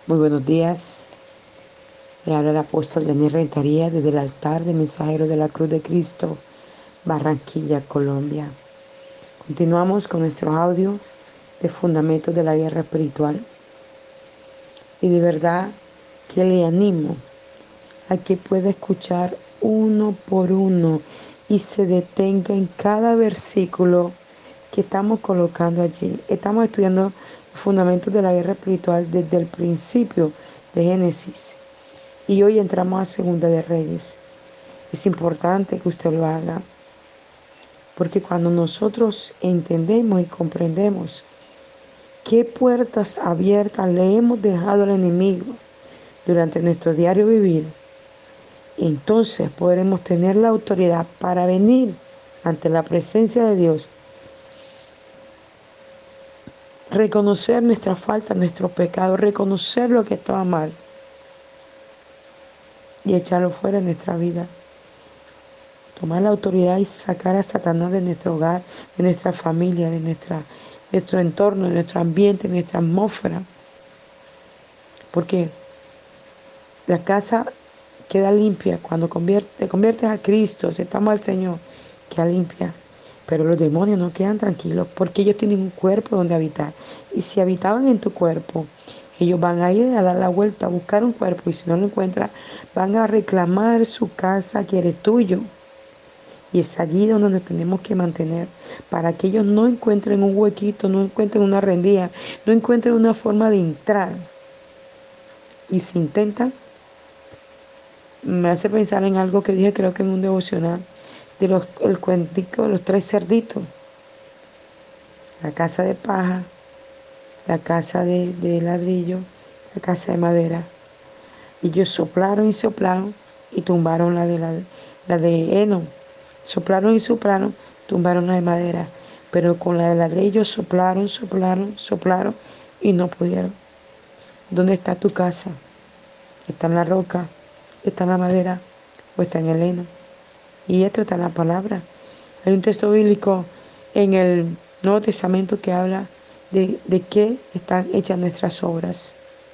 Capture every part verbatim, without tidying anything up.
Muy buenos días. Le habla el apóstol Daniel Rentería desde el altar de Mensajero de la Cruz de Cristo, Barranquilla, Colombia. Continuamos con nuestros audios de Fundamentos de la Guerra Espiritual. Y de verdad que le animo a que pueda escuchar uno por uno y se detenga en cada versículo que estamos colocando allí. Estamos estudiando los fundamentos de la guerra espiritual desde el principio de Génesis. Y hoy entramos a Segunda de Reyes. Es importante que usted lo haga, porque cuando nosotros entendemos y comprendemos qué puertas abiertas le hemos dejado al enemigo durante nuestro diario vivir, entonces podremos tener la autoridad para venir ante la presencia de Dios, reconocer nuestra falta, nuestros pecados, reconocer lo que estaba mal y echarlo fuera de nuestra vida. Tomar la autoridad y sacar a Satanás de nuestro hogar, de nuestra familia, de nuestra, nuestro entorno, de nuestro ambiente, de nuestra atmósfera. Porque la casa queda limpia cuando convierte, te conviertes a Cristo, aceptamos al Señor, queda limpia. Pero los demonios no quedan tranquilos porque ellos tienen un cuerpo donde habitar. Y si habitaban en tu cuerpo, ellos van a ir a dar la vuelta, a buscar un cuerpo. Y si no lo encuentran, van a reclamar su casa que eres tuyo. Y es allí donde nos tenemos que mantener, para que ellos no encuentren un huequito, no encuentren una rendija, no encuentren una forma de entrar. Y si intentan, me hace pensar en algo que dije, creo que en un devocional, de los, el cuentico de los tres cerditos. La casa de paja, la casa de, de ladrillo, la casa de madera. Y ellos soplaron y soplaron y tumbaron la de, la, la de heno. Soplaron y soplaron, tumbaron la de madera. Pero con la de ladrillo soplaron, soplaron, soplaron y no pudieron. ¿Dónde está tu casa? ¿Está en la roca? ¿Está en la madera? ¿O está en el heno? Y esto está en la palabra. Hay un texto bíblico en el Nuevo Testamento que habla de, de qué están hechas nuestras obras.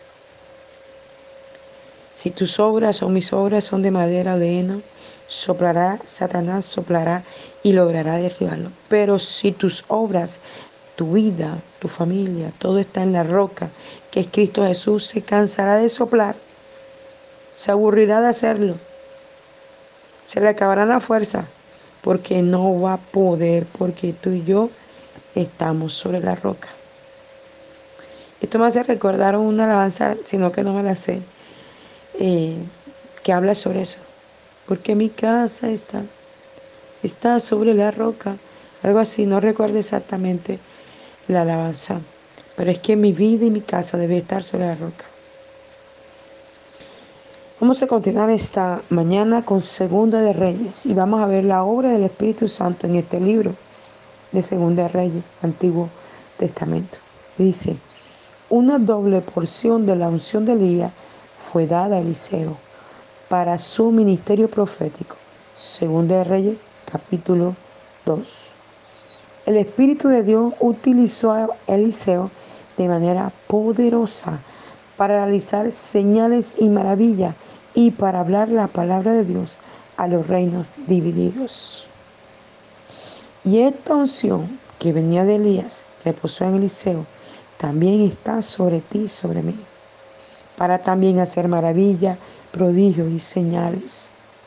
Si tus obras o mis obras son de madera o de heno, soplará, Satanás soplará y logrará derribarlo. Pero si tus obras, tu vida, tu familia, todo está en la roca, que es Cristo Jesús, se cansará de soplar, se aburrirá de hacerlo, se le acabará la fuerza, porque no va a poder, porque tú y yo estamos sobre la roca. Esto me hace recordar una alabanza, sino que no me la sé, eh, que habla sobre eso. Porque mi casa está, está sobre la roca. Algo así, no recuerdo exactamente la alabanza. Pero es que mi vida y mi casa debe estar sobre la roca. Vamos a continuar esta mañana con Segunda de Reyes y vamos a ver la obra del Espíritu Santo en este libro de Segunda de Reyes, Antiguo Testamento. Dice, una doble porción de la unción de Elías fue dada a Eliseo para su ministerio profético. Segunda de Reyes, capítulo dos. El Espíritu de Dios utilizó a Eliseo de manera poderosa para realizar señales y maravillas y para hablar la palabra de Dios a los reinos divididos. Y esta unción que venía de Elías, reposó en Eliseo, también está sobre ti, sobre mí, para también hacer maravillas, prodigios y señales.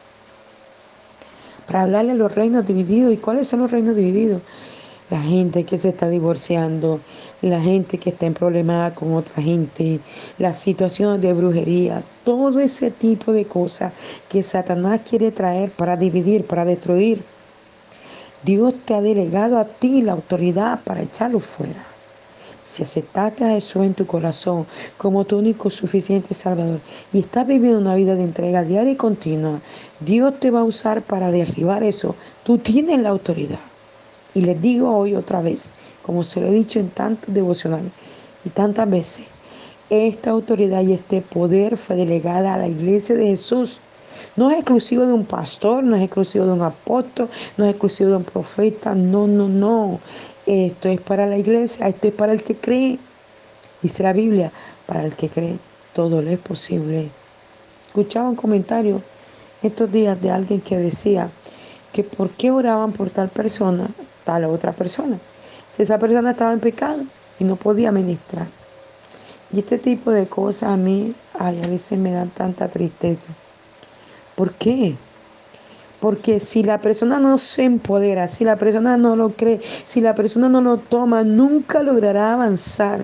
Para hablarle a los reinos divididos. ¿Y cuáles son los reinos divididos? La gente que se está divorciando, la gente que está en problemas con otra gente, las situaciones de brujería, todo ese tipo de cosas que Satanás quiere traer para dividir, para destruir. Dios te ha delegado a ti la autoridad para echarlo fuera. Si aceptaste a Jesús en tu corazón como tu único suficiente Salvador y estás viviendo una vida de entrega diaria y continua, Dios te va a usar para derribar eso. Tú tienes la autoridad. Y les digo hoy otra vez, como se lo he dicho en tantos devocionales y tantas veces, esta autoridad y este poder fue delegada a la iglesia de Jesús. No es exclusivo de un pastor, no es exclusivo de un apóstol, no es exclusivo de un profeta, no, no, no. Esto es para la iglesia, esto es para el que cree. Dice la Biblia, para el que cree. todo le es posible. Escuchaba un comentario estos días de alguien que decía que por qué oraban por tal persona, tal otra persona, si esa persona estaba en pecado y no podía ministrar. Y este tipo de cosas a mí, ay, a veces me dan tanta tristeza. ¿Por qué? Porque si la persona no se empodera, si la persona no lo cree, si la persona no lo toma, nunca logrará avanzar.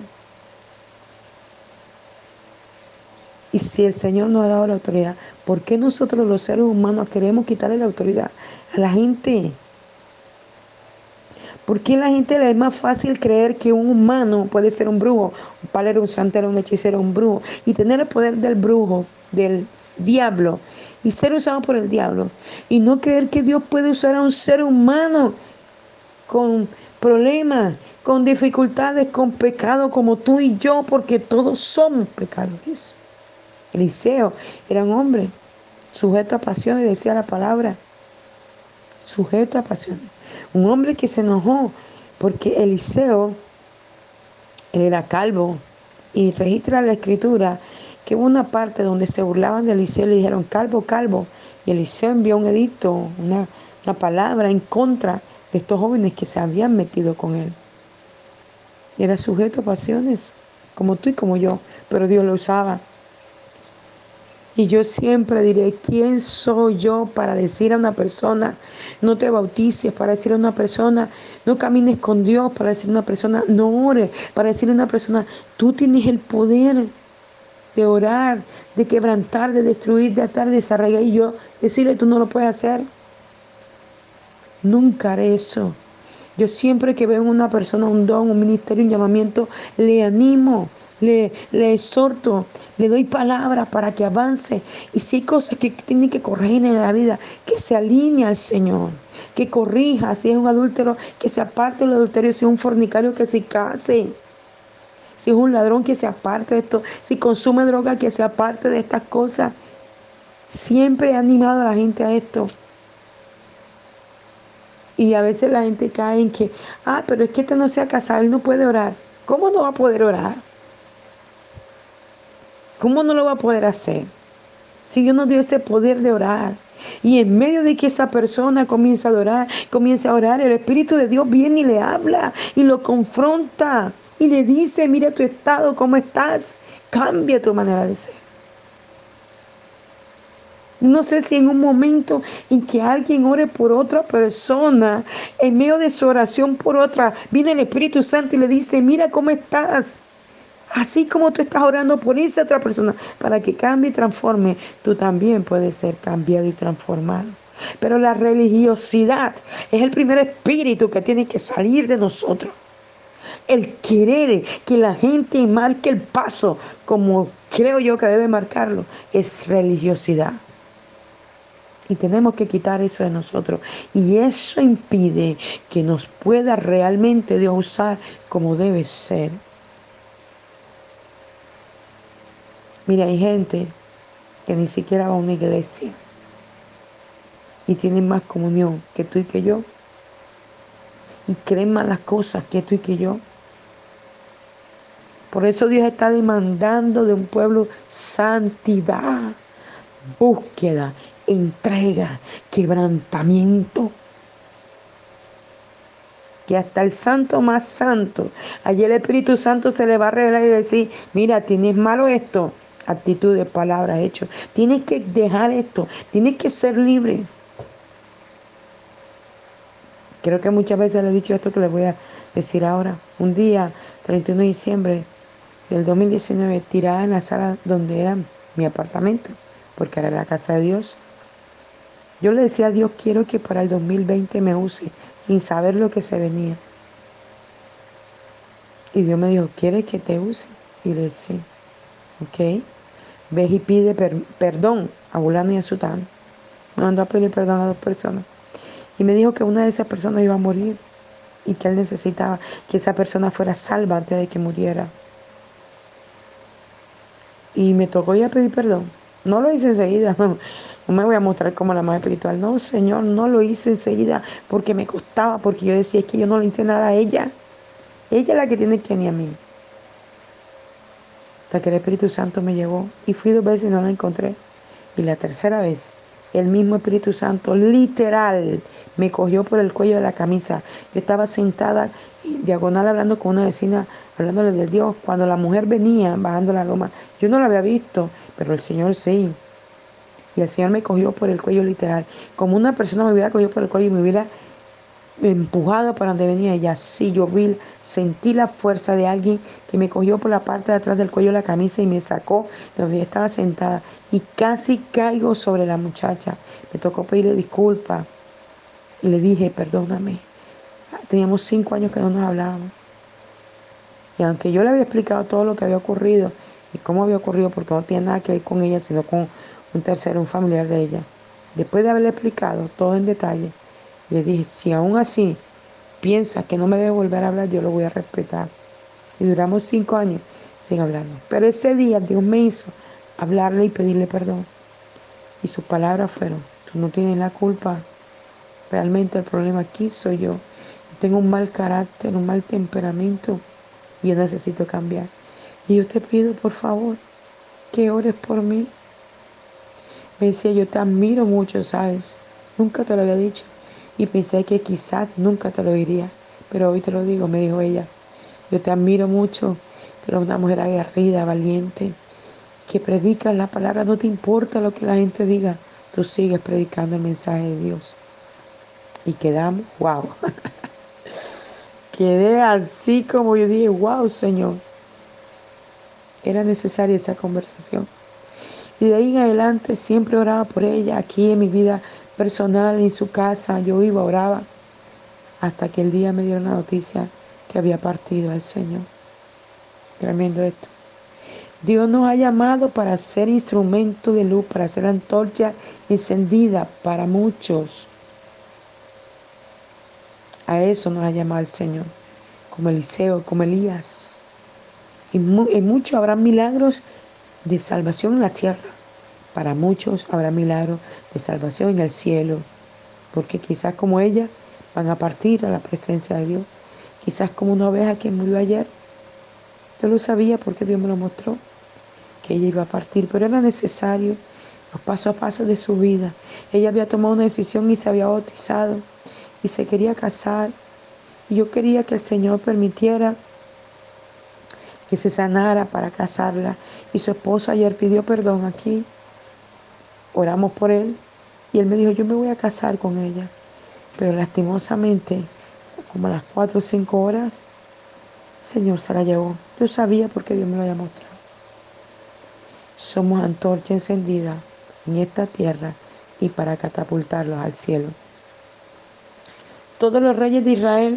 Y si el Señor nos ha dado la autoridad, ¿por qué nosotros los seres humanos queremos quitarle la autoridad a la gente? ¿Por qué a la gente le es más fácil creer que un humano puede ser un brujo, un palero, un santero, un hechicero, un brujo, y tener el poder del brujo, del diablo, y ser usado por el diablo, y no creer que Dios puede usar a un ser humano con problemas, con dificultades, con pecado como tú y yo, porque todos somos pecadores? Eliseo era un hombre sujeto a pasiones, decía la palabra, sujeto a pasiones. Un hombre que se enojó porque Eliseo, él era calvo, y registra la escritura que hubo una parte donde se burlaban de Eliseo y le dijeron calvo, calvo, y Eliseo envió un edicto, una, una palabra en contra de estos jóvenes que se habían metido con él. Y era sujeto a pasiones, como tú y como yo, pero Dios lo usaba. Y yo siempre diré, ¿quién soy yo para decir a una persona, no te bautices? Para decir a una persona, no camines con Dios. Para decir a una persona, no ores. Para decirle a una persona, tú tienes el poder de orar, de quebrantar, de destruir, de atar, de desarraigar. Y yo decirle, tú no lo puedes hacer. Nunca haré eso. Yo siempre que veo en una persona un don, un ministerio, un llamamiento, le animo, le, le exhorto, le doy palabras para que avance. Y si hay cosas que tiene que corregir en la vida, que se alinee al Señor, que corrija. Si es un adúltero, que se aparte del adulterio. Si es un fornicario, que se case. Si es un ladrón, que se aparte de esto. Si consume droga, que se aparte de estas cosas. Siempre he animado a la gente a esto. Y a veces la gente cae en que, ah, pero es que este no se ha casado, él no puede orar. ¿Cómo no va a poder orar? ¿Cómo no lo va a poder hacer? Si Dios nos dio ese poder de orar. Y en medio de que esa persona comienza a orar, comienza a orar, el Espíritu de Dios viene y le habla y lo confronta y le dice, mira tu estado, cómo estás, cambia tu manera de ser. No sé si en un momento en que alguien ore por otra persona, en medio de su oración por otra, viene el Espíritu Santo y le dice, mira cómo estás. Así como tú estás orando por esa otra persona, para que cambie y transforme, tú también puedes ser cambiado y transformado. Pero la religiosidad es el primer espíritu que tiene que salir de nosotros. El querer que la gente marque el paso como creo yo que debe marcarlo, es religiosidad. Y tenemos que quitar eso de nosotros. Y eso impide que nos pueda realmente Dios usar como debe ser. Mira, hay gente que ni siquiera va a una iglesia y tienen más comunión que tú y que yo. Y creen más las cosas que tú y que yo. Por eso Dios está demandando de un pueblo santidad, búsqueda, entrega, quebrantamiento. Que hasta el santo más santo, allí el Espíritu Santo se le va a revelar y decir, mira, tienes malo esto, actitudes, palabras, hechos. Tienes que dejar esto, tienes que ser libre. Creo que muchas veces le he dicho esto que les voy a decir ahora. Un día, treinta y uno de diciembre del dos mil diecinueve, tirada en la sala donde era mi apartamento, porque era la casa de Dios. Yo le decía a Dios, quiero que para el dos mil veinte me use, sin saber lo que se venía. Y Dios me dijo, ¿quieres que te use? Y le decía, ok, ves y pide per perdón a Bulano y a Sutano. Me mandó a pedir perdón a dos personas. Y me dijo que una de esas personas iba a morir y que él necesitaba que esa persona fuera salva antes de que muriera. Y me tocó ir a pedir perdón. No lo hice enseguida, no, no me voy a mostrar como la más espiritual. No, Señor, no lo hice enseguida porque me costaba, porque yo decía, es que yo no le hice nada a ella. Ella es la que tiene que venir a mí. hasta que el Espíritu Santo me llevó. Y fui dos veces y no la encontré. Y la tercera vez, el mismo Espíritu Santo, literal, me cogió por el cuello de la camisa. Yo estaba sentada, diagonal, hablando con una vecina, hablándole de Dios. Cuando la mujer venía bajando la loma, yo no la había visto, pero el Señor sí. Y el Señor me cogió por el cuello literal. Como una persona me hubiera cogido por el cuello y me hubiera empujado para donde venía ella. Sí, yo vi, sentí la fuerza de alguien que me cogió por la parte de atrás del cuello de la camisa y me sacó de donde estaba sentada. Y casi caigo sobre la muchacha. Me tocó pedirle disculpas. Y le dije, perdóname. Teníamos cinco años que no nos hablábamos. Y aunque yo le había explicado todo lo que había ocurrido y cómo había ocurrido, porque no tiene nada que ver con ella, sino con un tercero, un familiar de ella. Después de haberle explicado todo en detalle, le dije, si aún así piensa que no me debe volver a hablar, yo lo voy a respetar. Y duramos cinco años sin hablarnos. Pero ese día Dios me hizo hablarle y pedirle perdón. Y sus palabras fueron, tú no tienes la culpa. Realmente el problema aquí soy yo. Tengo un mal carácter, un mal temperamento y yo necesito cambiar. Y yo te pido, por favor, que ores por mí. Me decía, yo te admiro mucho, ¿sabes? Nunca te lo había dicho. Y pensé que quizás nunca te lo diría. Pero hoy te lo digo, me dijo ella. Yo te admiro mucho. Tú eres una mujer aguerrida, valiente, que predicas la palabra. No te importa lo que la gente diga. Tú sigues predicando el mensaje de Dios. Y quedamos, wow. Quedé así como yo dije, wow, Señor. Era necesaria esa conversación. Y de ahí en adelante siempre oraba por ella, aquí en mi vida personal, en su casa, yo iba, oraba, hasta que el día me dieron la noticia que había partido al Señor. Tremendo esto. Dios nos ha llamado para ser instrumento de luz, para ser antorcha encendida para muchos. A eso nos ha llamado el Señor, como Eliseo, como Elías. Y en muchos habrá milagros de salvación en la tierra. Para muchos habrá milagros de salvación en el cielo. Porque quizás como ella van a partir a la presencia de Dios. Quizás como una oveja que murió ayer. Yo lo sabía porque Dios me lo mostró, que ella iba a partir, pero era necesario los pasos a paso de su vida. Ella había tomado una decisión y se había bautizado y se quería casar. Y yo quería que el Señor permitiera que se sanara para casarla. Y su esposo ayer pidió perdón aquí. Oramos por él y él me dijo, yo me voy a casar con ella. Pero lastimosamente, como a las cuatro o cinco horas, el Señor se la llevó. Yo sabía porque Dios me lo había mostrado. Somos antorcha encendida en esta tierra y para catapultarlos al cielo. Todos los reyes de Israel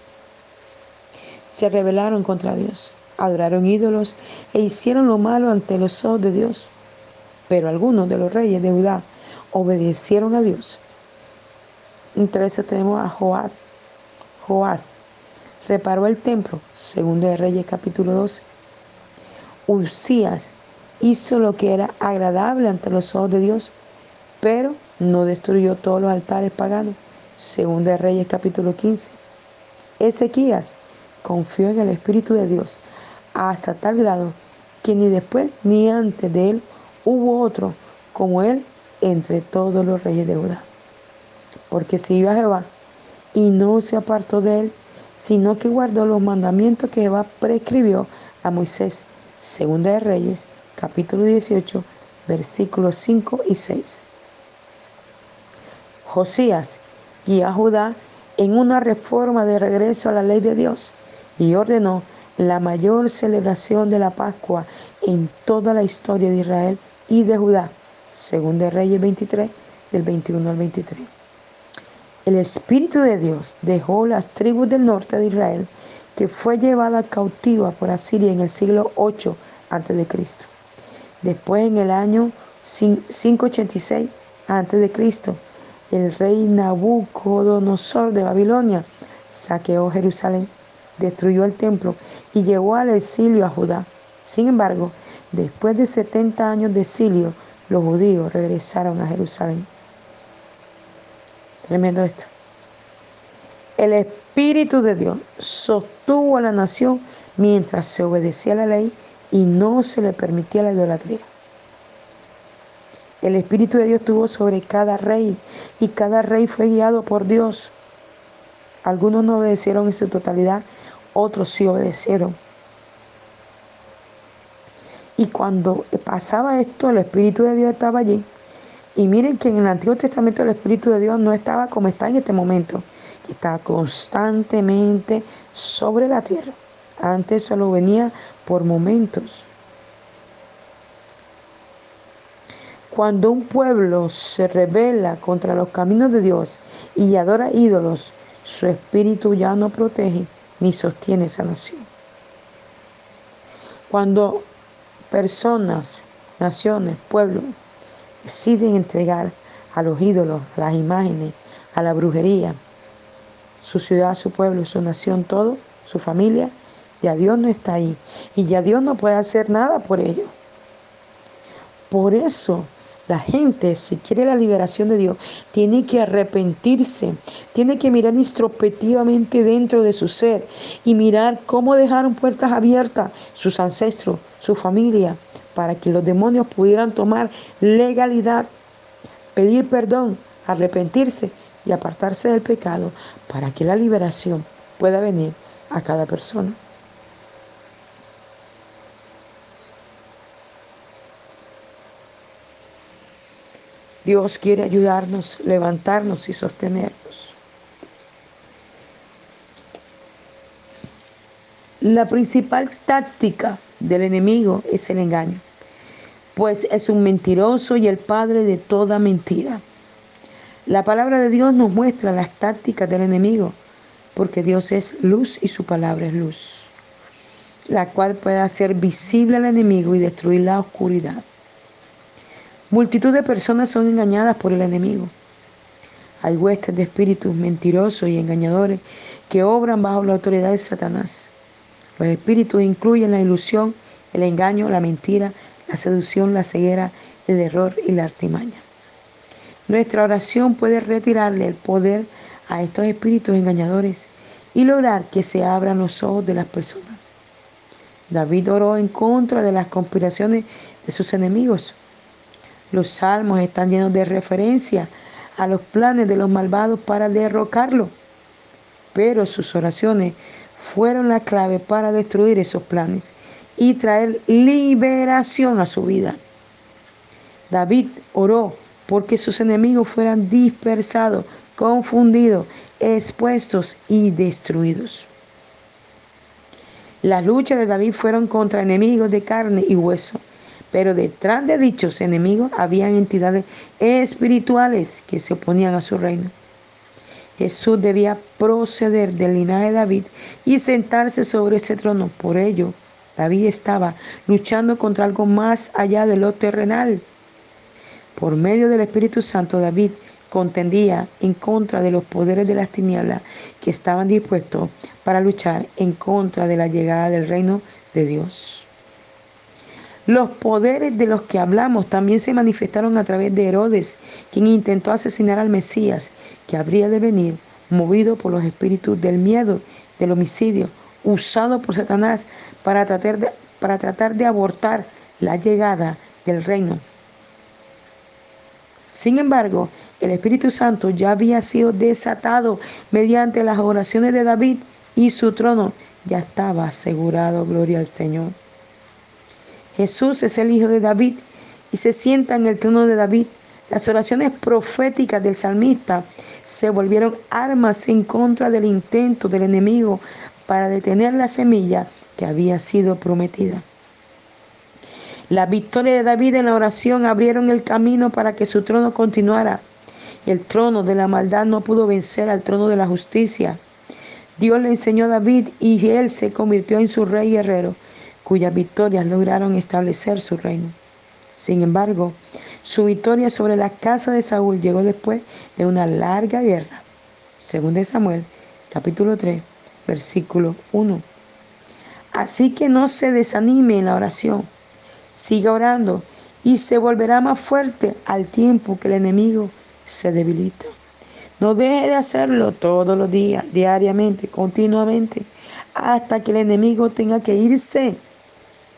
se rebelaron contra Dios, adoraron ídolos e hicieron lo malo ante los ojos de Dios. Pero algunos de los reyes de Judá obedecieron a Dios. Entre esos tenemos a Joás. Joás reparó el templo, segundo de Reyes capítulo doce. Uzías hizo lo que era agradable ante los ojos de Dios, pero no destruyó todos los altares paganos, segunda de Reyes capítulo quince. Ezequías confió en el Espíritu de Dios hasta tal grado que ni después ni antes de él hubo otro como él entre todos los reyes de Judá. Porque siguió a Jehová y no se apartó de él, sino que guardó los mandamientos que Jehová prescribió a Moisés. Segunda de Reyes, capítulo dieciocho, versículos cinco y seis. Josías guió a Judá en una reforma de regreso a la ley de Dios y ordenó la mayor celebración de la Pascua en toda la historia de Israel y de Judá. Segunda de Reyes veintitrés, del veintiuno al veintitrés. El Espíritu de Dios dejó las tribus del norte de Israel, que fue llevada cautiva por Asiria en el siglo ocho antes de Cristo. Después, en el año quinientos ochenta y seis antes de Cristo, el rey Nabucodonosor de Babilonia saqueó Jerusalén, destruyó el templo y llevó al exilio a Judá. Sin embargo, después de setenta años de exilio, los judíos regresaron a Jerusalén. Tremendo esto. El Espíritu de Dios sostuvo a la nación mientras se obedecía la ley y no se le permitía la idolatría. El Espíritu de Dios estuvo sobre cada rey y cada rey fue guiado por Dios. Algunos no obedecieron en su totalidad, otros sí obedecieron. Y cuando pasaba esto, el Espíritu de Dios estaba allí. Y miren que en el Antiguo Testamento el Espíritu de Dios no estaba como está en este momento. Estaba constantemente sobre la tierra. Antes solo venía por momentos. Cuando un pueblo se rebela contra los caminos de Dios y adora ídolos, su espíritu ya no protege ni sostiene esa nación. Cuando personas, naciones, pueblos deciden entregar a los ídolos, a las imágenes, a la brujería, su ciudad, su pueblo, su nación, todo, su familia, ya Dios no está ahí y ya Dios no puede hacer nada por ello. Por eso la gente, si quiere la liberación de Dios, tiene que arrepentirse, tiene que mirar introspectivamente dentro de su ser y mirar cómo dejaron puertas abiertas sus ancestros, su familia, para que los demonios pudieran tomar legalidad, pedir perdón, arrepentirse y apartarse del pecado para que la liberación pueda venir a cada persona. Dios quiere ayudarnos, levantarnos y sostenernos. La principal táctica del enemigo es el engaño, pues es un mentiroso y el padre de toda mentira. La palabra de Dios nos muestra las tácticas del enemigo, porque Dios es luz y su palabra es luz, la cual puede hacer visible al enemigo y destruir la oscuridad. Multitud de personas son engañadas por el enemigo. Hay huestes de espíritus mentirosos y engañadores que obran bajo la autoridad de Satanás. Los espíritus incluyen la ilusión, el engaño, la mentira, la seducción, la ceguera, el error y la artimaña. Nuestra oración puede retirarle el poder a estos espíritus engañadores y lograr que se abran los ojos de las personas. David oró en contra de las conspiraciones de sus enemigos. Los salmos están llenos de referencia a los planes de los malvados para derrocarlo, pero sus oraciones fueron la clave para destruir esos planes y traer liberación a su vida. David oró porque sus enemigos fueran dispersados, confundidos, expuestos y destruidos. Las luchas de David fueron contra enemigos de carne y hueso, pero detrás de dichos enemigos habían entidades espirituales que se oponían a su reino. Jesús debía proceder del linaje de David y sentarse sobre ese trono. Por ello, David estaba luchando contra algo más allá de lo terrenal. Por medio del Espíritu Santo, David contendía en contra de los poderes de las tinieblas que estaban dispuestos para luchar en contra de la llegada del reino de Dios. Los poderes de los que hablamos también se manifestaron a través de Herodes, quien intentó asesinar al Mesías, que habría de venir, movido por los espíritus del miedo, del homicidio, usado por Satanás para tratar de, para tratar de abortar la llegada del reino. Sin embargo, el Espíritu Santo ya había sido desatado mediante las oraciones de David y su trono ya estaba asegurado. Gloria al Señor. Jesús es el Hijo de David y se sienta en el trono de David. Las oraciones proféticas del salmista se volvieron armas en contra del intento del enemigo para detener la semilla que había sido prometida. La victoria de David en la oración abrieron el camino para que su trono continuara. El trono de la maldad no pudo vencer al trono de la justicia. Dios le enseñó a David y él se convirtió en su rey guerrero, cuyas victorias lograron establecer su reino. Sin embargo, su victoria sobre la casa de Saúl llegó después de una larga guerra. Según de Samuel, capítulo tres, versículo uno. Así que no se desanime en la oración. Siga orando y se volverá más fuerte al tiempo que el enemigo se debilita. No deje de hacerlo todos los días, diariamente, continuamente, hasta que el enemigo tenga que irse.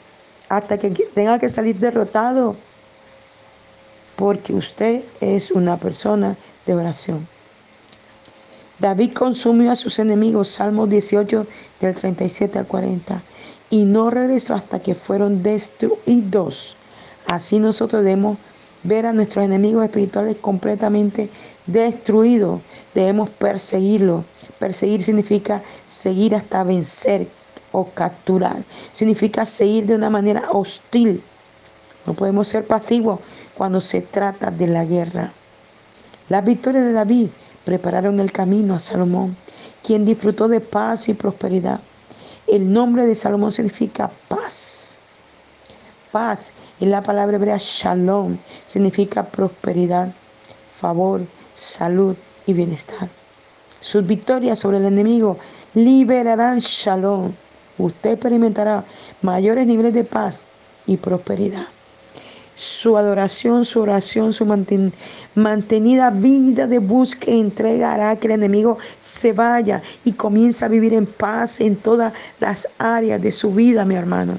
hasta que tenga que salir derrotado, porque usted es una persona de oración. David consumió a sus enemigos, Salmos dieciocho, del treinta y siete al cuarenta, y no regresó hasta que fueron destruidos. Así nosotros debemos ver a nuestros enemigos espirituales completamente destruidos. Debemos perseguirlos. Perseguir significa seguir hasta vencer o capturar. Significa seguir de una manera hostil. No podemos ser pasivos cuando se trata de la guerra. Las victorias de David prepararon el camino a Salomón, quien disfrutó de paz y prosperidad. El nombre de Salomón significa paz. Paz en la palabra hebrea shalom, significa prosperidad, favor, salud y bienestar. Sus victorias sobre el enemigo liberarán shalom. Usted experimentará mayores niveles de paz y prosperidad. Su adoración, su oración, su manten, mantenida vida de búsqueda y entrega hará que el enemigo se vaya y comience a vivir en paz en todas las áreas de su vida, mi hermano.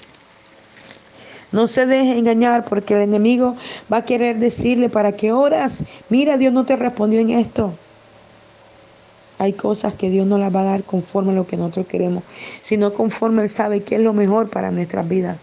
No se deje engañar, porque el enemigo va a querer decirle: ¿para qué oras? Mira, Dios no te respondió en esto. Hay cosas que Dios no las va a dar conforme a lo que nosotros queremos, sino conforme Él sabe que es lo mejor para nuestras vidas.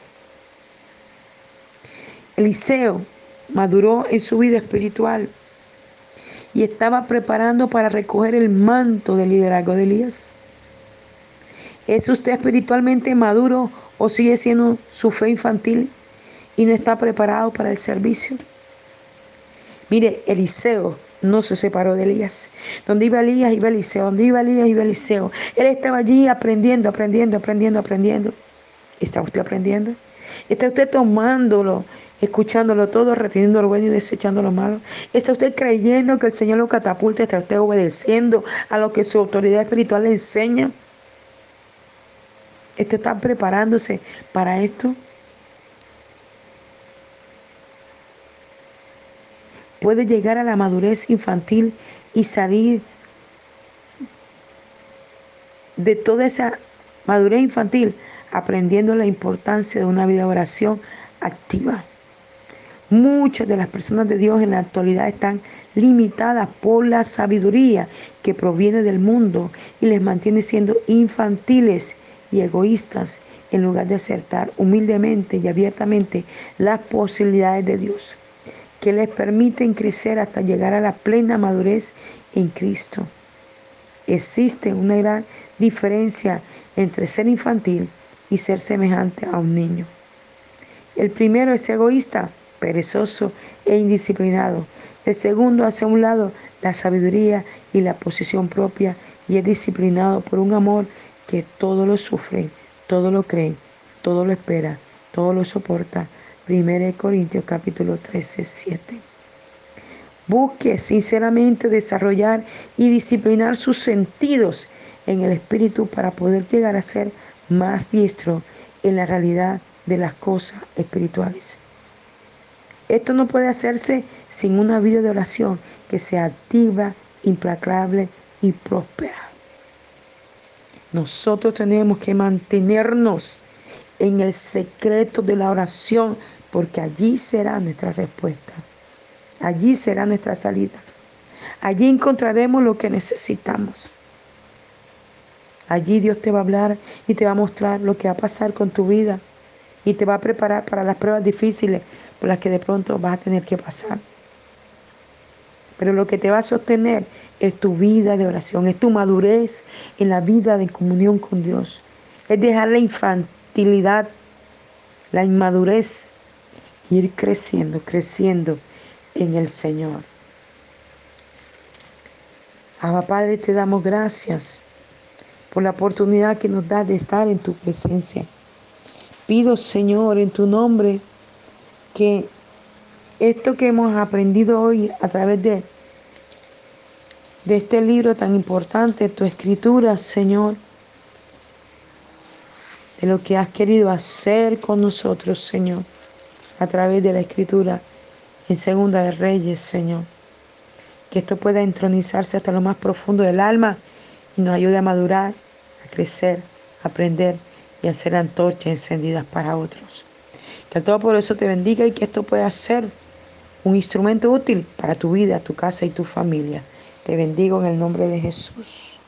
Eliseo maduró en su vida espiritual y estaba preparando para recoger el manto del liderazgo de Elías. ¿Es usted espiritualmente maduro o sigue siendo su fe infantil y no está preparado para el servicio? Mire, Eliseo no se separó de Elías. Donde iba Elías, iba Eliseo. Donde iba Elías, iba Eliseo. Él estaba allí aprendiendo, aprendiendo, aprendiendo, aprendiendo. ¿Está usted aprendiendo? ¿Está usted tomándolo, escuchándolo todo, reteniendo lo bueno y desechando lo malo? ¿Está usted creyendo que el Señor lo catapulta? ¿Está usted obedeciendo a lo que su autoridad espiritual le enseña? ¿Usted está preparándose para esto? Puede llegar a la madurez infantil y salir de toda esa madurez infantil aprendiendo la importancia de una vida de oración activa. Muchas de las personas de Dios en la actualidad están limitadas por la sabiduría que proviene del mundo y les mantiene siendo infantiles y egoístas en lugar de acertar humildemente y abiertamente las posibilidades de Dios, que les permiten crecer hasta llegar a la plena madurez en Cristo. Existe una gran diferencia entre ser infantil y ser semejante a un niño. El primero es egoísta, perezoso e indisciplinado. El segundo hace a un lado la sabiduría y la posición propia y es disciplinado por un amor que todo lo sufre, todo lo cree, todo lo espera, todo lo soporta. Primera de Corintios capítulo trece, siete. Busque sinceramente desarrollar y disciplinar sus sentidos en el espíritu para poder llegar a ser más diestro en la realidad de las cosas espirituales. Esto no puede hacerse sin una vida de oración que sea activa, implacable y próspera. Nosotros tenemos que mantenernos en el secreto de la oración, porque allí será nuestra respuesta. Allí será nuestra salida. Allí encontraremos lo que necesitamos. Allí Dios te va a hablar y te va a mostrar lo que va a pasar con tu vida y te va a preparar para las pruebas difíciles por las que de pronto vas a tener que pasar. Pero lo que te va a sostener es tu vida de oración, es tu madurez en la vida de comunión con Dios. Es dejar la infantilidad, la inmadurez, e ir creciendo, creciendo en el Señor. Abba Padre, te damos gracias por la oportunidad que nos das de estar en tu presencia. Pido, Señor, en tu nombre, que esto que hemos aprendido hoy a través de, de este libro tan importante, tu escritura, Señor, de lo que has querido hacer con nosotros, Señor, a través de la escritura en Segunda de Reyes, Señor. Que esto pueda entronizarse hasta lo más profundo del alma y nos ayude a madurar, a crecer, a aprender y a ser antorchas encendidas para otros. Que el Todopoderoso te bendiga y que esto pueda ser un instrumento útil para tu vida, tu casa y tu familia. Te bendigo en el nombre de Jesús.